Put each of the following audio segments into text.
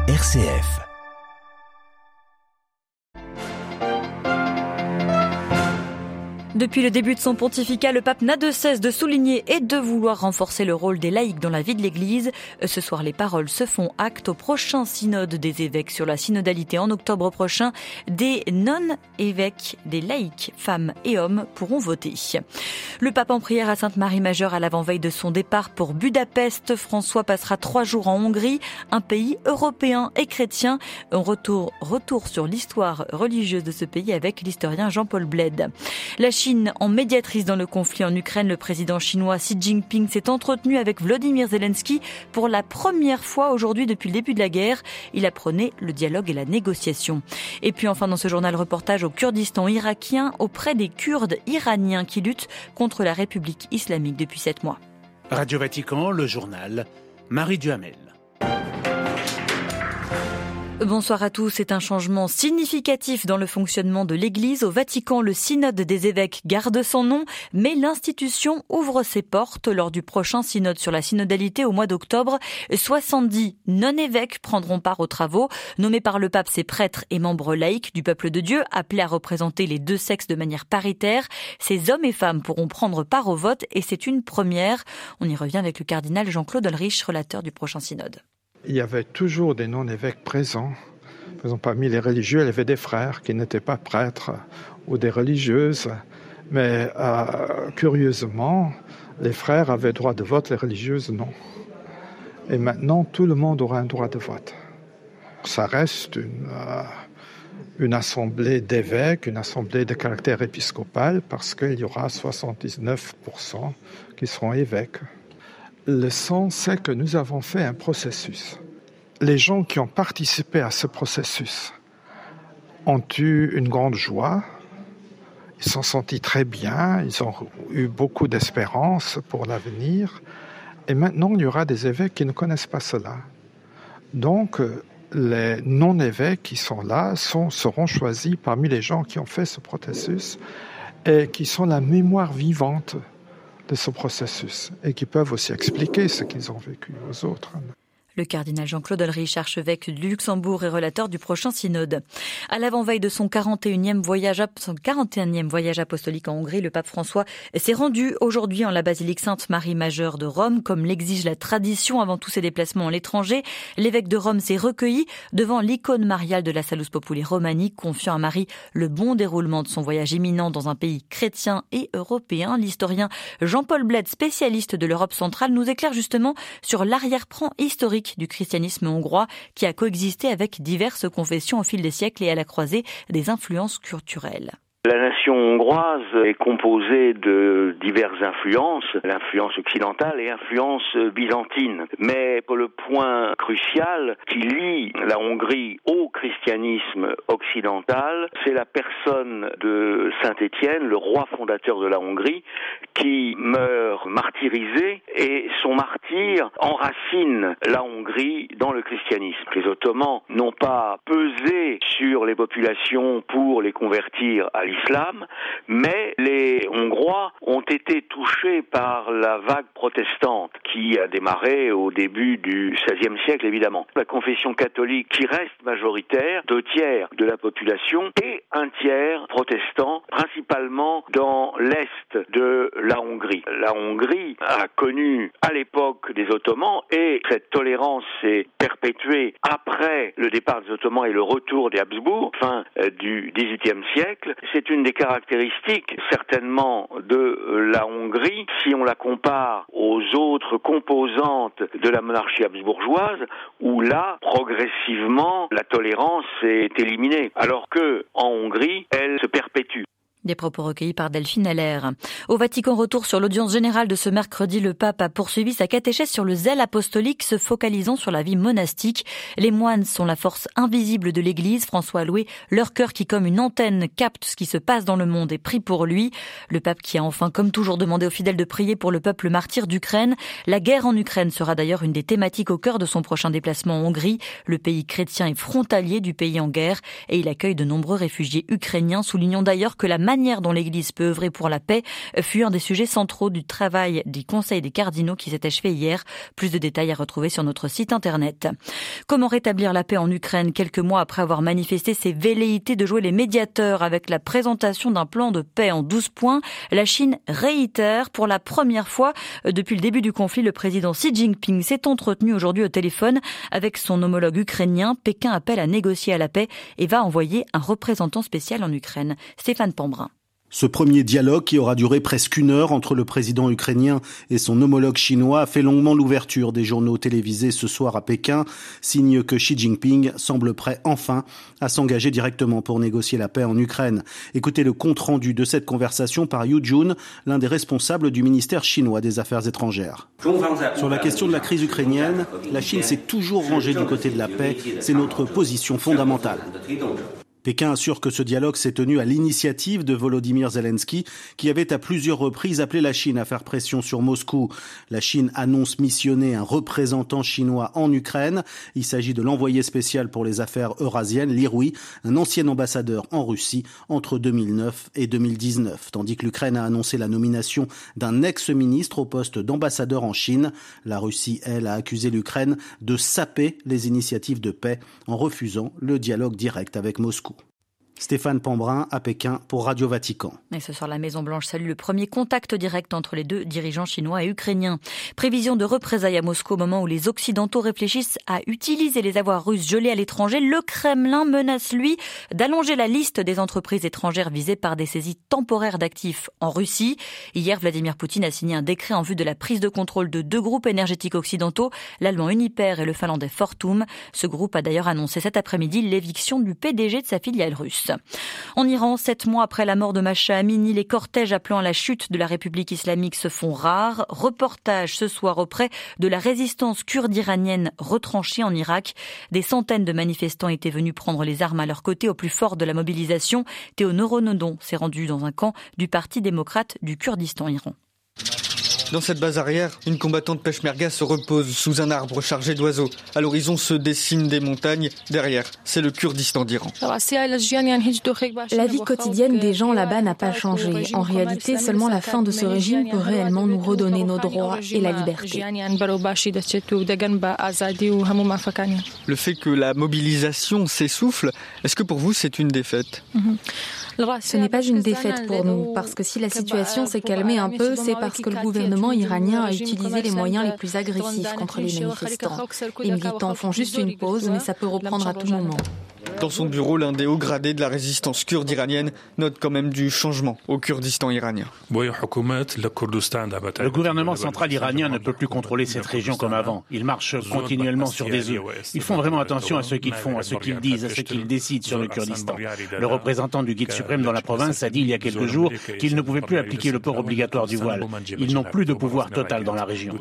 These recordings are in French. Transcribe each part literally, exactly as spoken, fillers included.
R C F. Depuis le début de son pontificat, le pape n'a de cesse de souligner et de vouloir renforcer le rôle des laïcs dans la vie de l'Église. Ce soir, les paroles se font acte au prochain synode des évêques sur la synodalité en octobre prochain. Des non-évêques, des laïcs, femmes et hommes pourront voter. Le pape en prière à Sainte-Marie-Majeure à l'avant-veille de son départ pour Budapest. François passera trois jours en Hongrie, un pays européen et chrétien. Un retour, retour sur l'histoire religieuse de ce pays avec l'historien Jean-Paul Bled. La Chine en médiatrice dans le conflit en Ukraine, le président chinois Xi Jinping s'est entretenu avec Volodymyr Zelensky pour la première fois aujourd'hui depuis le début de la guerre. Il apprenait le dialogue et la négociation. Et puis enfin dans ce journal, reportage au Kurdistan irakien auprès des Kurdes iraniens qui luttent contre la République islamique depuis sept mois. Radio Vatican, le journal, Marie Duhamel. Bonsoir à tous. C'est un changement significatif dans le fonctionnement de l'Église. Au Vatican, le synode des évêques garde son nom, mais l'institution ouvre ses portes. Lors du prochain synode sur la synodalité au mois d'octobre, soixante-dix non-évêques prendront part aux travaux. Nommés par le pape, ces prêtres et membres laïcs du peuple de Dieu, appelés à représenter les deux sexes de manière paritaire. Ces hommes et femmes pourront prendre part au vote et c'est une première. On y revient avec le cardinal Jean-Claude Ulrich, relateur du prochain synode. Il y avait toujours des non-évêques présents. Par exemple, parmi les religieux, il y avait des frères qui n'étaient pas prêtres ou des religieuses. Mais euh, curieusement, les frères avaient droit de vote, les religieuses non. Et maintenant, tout le monde aura un droit de vote. Ça reste une, euh, une assemblée d'évêques, une assemblée de caractère épiscopal, parce qu'il y aura soixante-dix-neuf pour cent qui seront évêques. Le sens, c'est que nous avons fait un processus. Les gens qui ont participé à ce processus ont eu une grande joie, ils se sont sentis très bien, ils ont eu beaucoup d'espérance pour l'avenir. Et maintenant, il y aura des évêques qui ne connaissent pas cela. Donc, les non-évêques qui sont là sont, seront choisis parmi les gens qui ont fait ce processus et qui sont la mémoire vivante de ce processus et qui peuvent aussi expliquer ce qu'ils ont vécu aux autres. Le cardinal Jean-Claude Ulrich, archevêque de Luxembourg et relateur du prochain synode. À l'avant-veille de son quarante et unième voyage, son quarante et unième voyage apostolique en Hongrie, le pape François s'est rendu aujourd'hui en la basilique Sainte-Marie-Majeure de Rome, comme l'exige la tradition avant tous ses déplacements à l'étranger. L'évêque de Rome s'est recueilli devant l'icône mariale de la Salus Populi Romani, confiant à Marie le bon déroulement de son voyage imminent dans un pays chrétien et européen. L'historien Jean-Paul Bled, spécialiste de l'Europe centrale, nous éclaire justement sur l'arrière-plan historique du christianisme hongrois qui a coexisté avec diverses confessions au fil des siècles et à la croisée des influences culturelles. La nation hongroise est composée de diverses influences, l'influence occidentale et l'influence byzantine. Mais pour le point crucial qui lie la Hongrie au christianisme occidental, c'est la personne de Saint Étienne, le roi fondateur de la Hongrie, qui meurt martyrisé et son martyre enracine la Hongrie dans le christianisme. Les Ottomans n'ont pas pesé sur les populations pour les convertir à l'islam, mais les Hongrois ont été touchés par la vague protestante qui a démarré au début du seizième siècle, évidemment. La confession catholique qui reste majoritaire, deux tiers de la population, et un tiers protestant, principalement dans l'est de la Hongrie. La Hongrie a connu à l'époque des Ottomans, et cette tolérance s'est perpétuée après le départ des Ottomans et le retour des Habsbourg, fin du dix-huitième siècle. C'est une des caractéristiques certainement de la Hongrie si on la compare aux autres composantes de la monarchie habsbourgeoise où là, progressivement, la tolérance est éliminée alors que en Hongrie, elle se perpétue. Des propos recueillis par Delphine Allaire. Au Vatican, retour sur l'audience générale de ce mercredi, le pape a poursuivi sa catéchèse sur le zèle apostolique, se focalisant sur la vie monastique. Les moines sont la force invisible de l'Église. François a loué leur cœur qui, comme une antenne, capte ce qui se passe dans le monde et prie pour lui. Le pape qui a enfin, comme toujours, demandé aux fidèles de prier pour le peuple martyr d'Ukraine. La guerre en Ukraine sera d'ailleurs une des thématiques au cœur de son prochain déplacement en Hongrie. Le pays chrétien est frontalier du pays en guerre et il accueille de nombreux réfugiés ukrainiens, soulignant d'ailleurs que la manière dont l'Église peut œuvrer pour la paix fut un des sujets centraux du travail du Conseil des cardinaux qui s'est achevé hier. Plus de détails à retrouver sur notre site internet. Comment rétablir la paix en Ukraine quelques mois après avoir manifesté ses velléités de jouer les médiateurs avec la présentation d'un plan de paix en douze points? La Chine réitère pour la première fois depuis le début du conflit. Le président Xi Jinping s'est entretenu aujourd'hui au téléphone avec son homologue ukrainien. Pékin appelle à négocier à la paix et va envoyer un représentant spécial en Ukraine. Stéphane Pambrin. Ce premier dialogue, qui aura duré presque une heure entre le président ukrainien et son homologue chinois, a fait longuement l'ouverture des journaux télévisés ce soir à Pékin, signe que Xi Jinping semble prêt enfin à s'engager directement pour négocier la paix en Ukraine. Écoutez le compte-rendu de cette conversation par Yu Jun, l'un des responsables du ministère chinois des Affaires étrangères. Sur la question de la crise ukrainienne, la Chine s'est toujours rangée du côté de la paix. C'est notre position fondamentale. Pékin assure que ce dialogue s'est tenu à l'initiative de Volodymyr Zelensky, qui avait à plusieurs reprises appelé la Chine à faire pression sur Moscou. La Chine annonce missionner un représentant chinois en Ukraine. Il s'agit de l'envoyé spécial pour les affaires eurasiennes, Li Rui, un ancien ambassadeur en Russie entre deux mille neuf et deux mille dix-neuf. Tandis que l'Ukraine a annoncé la nomination d'un ex-ministre au poste d'ambassadeur en Chine. La Russie, elle, a accusé l'Ukraine de saper les initiatives de paix en refusant le dialogue direct avec Moscou. Stéphane Pambrin à Pékin pour Radio Vatican. Et ce soir, la Maison-Blanche salue le premier contact direct entre les deux dirigeants chinois et ukrainiens. Prévision de représailles à Moscou au moment où les Occidentaux réfléchissent à utiliser les avoirs russes gelés à l'étranger. Le Kremlin menace, lui, d'allonger la liste des entreprises étrangères visées par des saisies temporaires d'actifs en Russie. Hier, Vladimir Poutine a signé un décret en vue de la prise de contrôle de deux groupes énergétiques occidentaux, l'allemand Uniper et le finlandais Fortum. Ce groupe a d'ailleurs annoncé cet après-midi l'éviction du P D G de sa filiale russe. En Iran, sept mois après la mort de Mahsa Amini, les cortèges appelant à la chute de la République islamique se font rares. Reportage ce soir auprès de la résistance kurde iranienne retranchée en Irak. Des centaines de manifestants étaient venus prendre les armes à leur côté au plus fort de la mobilisation. Théo Neuronodon s'est rendu dans un camp du Parti démocrate du Kurdistan Iran. Dans cette base arrière, une combattante peshmerga se repose sous un arbre chargé d'oiseaux. À l'horizon se dessinent des montagnes. Derrière, c'est le Kurdistan d'Iran. La vie quotidienne des gens là-bas n'a pas changé. En réalité, seulement la fin de ce régime peut réellement nous redonner nos droits et la liberté. Le fait que la mobilisation s'essouffle, est-ce que pour vous c'est une défaite ? Ce n'est pas une défaite pour nous, parce que si la situation s'est calmée un peu, c'est parce que le gouvernement iranien a utilisé les moyens les plus agressifs contre les manifestants. Les militants font juste une pause, mais ça peut reprendre à tout moment. Dans son bureau, l'un des hauts gradés de la résistance kurde iranienne note quand même du changement au Kurdistan iranien. Le gouvernement central iranien ne peut plus contrôler cette région comme avant. Ils marchent continuellement sur des œufs. Ils font vraiment attention à ce qu'ils font, à ce qu'ils disent, à ce qu'ils décident sur le Kurdistan. Le représentant du guide suprême dans la province a dit il y a quelques jours qu'ils ne pouvaient plus appliquer le port obligatoire du voile. Ils n'ont plus de pouvoir total dans la région.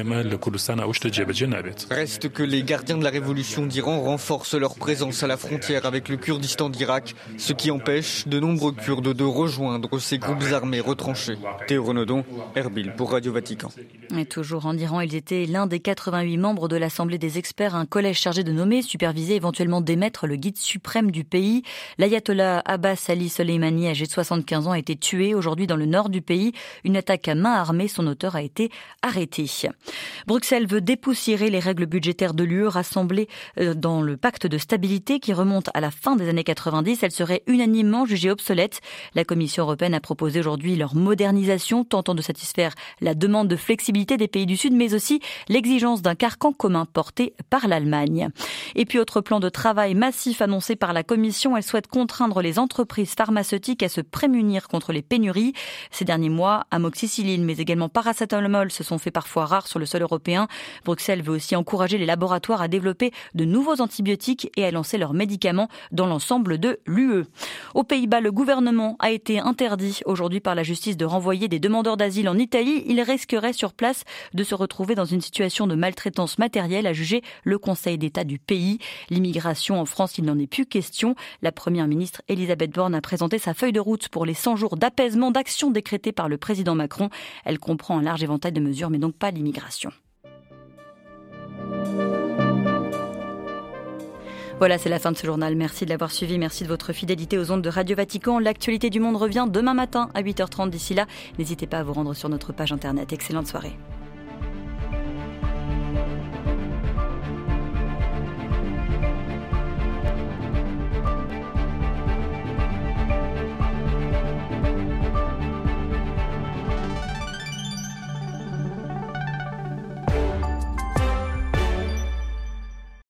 Reste que les gardiens de la révolution d'Iran renforcent leur présence à la frontière avec le Kurdistan d'Irak, ce qui empêche de nombreux Kurdes de rejoindre ces groupes armés retranchés. Théo Renodon, Erbil pour Radio Vatican. Et toujours en Iran, ils étaient l'un des quatre-vingt-huit membres de l'Assemblée des experts, un collège chargé de nommer, superviser, éventuellement d'émettre le guide suprême du pays. L'ayatollah Abbas Ali Soleimani, âgé de soixante-quinze ans, a été tué aujourd'hui dans le nord du pays. Une attaque à main armée, son auteur a été arrêté. Bruxelles veut dépoussiérer les règles budgétaires de l'U E rassemblées dans le pacte de stabilité qui remonte à la fin des années quatre-vingt-dix. Elles seraient unanimement jugées obsolètes. La Commission européenne a proposé aujourd'hui leur modernisation, tentant de satisfaire la demande de flexibilité des pays du Sud, mais aussi l'exigence d'un carcan commun porté par l'Allemagne. Et puis, autre plan de travail massif annoncé par la Commission, elle souhaite contraindre les entreprises pharmaceutiques à se prémunir contre les pénuries. Ces derniers mois, amoxicilline, mais également paracétamol se sont fait parfois rares sur le sol européen. Bruxelles veut aussi encourager les laboratoires à développer de nouveaux antibiotiques et à lancer leurs médicaments dans l'ensemble de l'U E. Aux Pays-Bas, le gouvernement a été interdit aujourd'hui par la justice de renvoyer des demandeurs d'asile en Italie. Ils risqueraient sur place de se retrouver dans une situation de maltraitance matérielle, a jugé le Conseil d'État du pays. L'immigration en France, il n'en est plus question. La première ministre Elisabeth Borne a présenté sa feuille de route pour les cent jours d'apaisement d'action décrétée par le président Macron. Elle comprend un large éventail de mesures, mais donc pas l'immigration. Voilà, c'est la fin de ce journal. Merci de l'avoir suivi. Merci de votre fidélité aux ondes de Radio Vatican. L'actualité du monde revient demain matin à huit heures trente. D'ici là, n'hésitez pas à vous rendre sur notre page internet. Excellente soirée.